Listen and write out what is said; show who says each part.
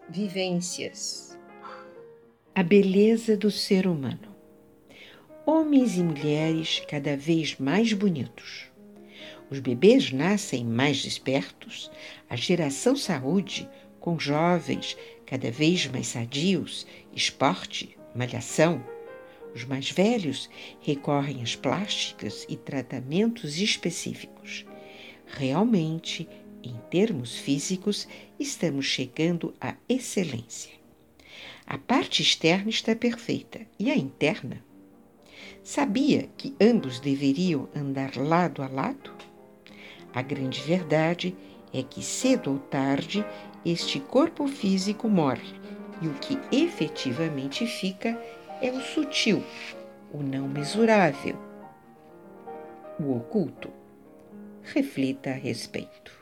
Speaker 1: vivências.
Speaker 2: A beleza do ser humano. Homens e mulheres cada vez mais bonitos. Os bebês nascem mais despertos, a geração saúde, com jovens cada vez mais sadios, esporte, malhação. Os mais velhos recorrem às plásticas e tratamentos específicos. Realmente, em termos físicos, estamos chegando à excelência. A parte externa está perfeita, e a interna? Sabia que ambos deveriam andar lado a lado? A grande verdade é que, cedo ou tarde, este corpo físico morre, e o que efetivamente fica é o sutil, o não mensurável, o oculto. Reflita a respeito.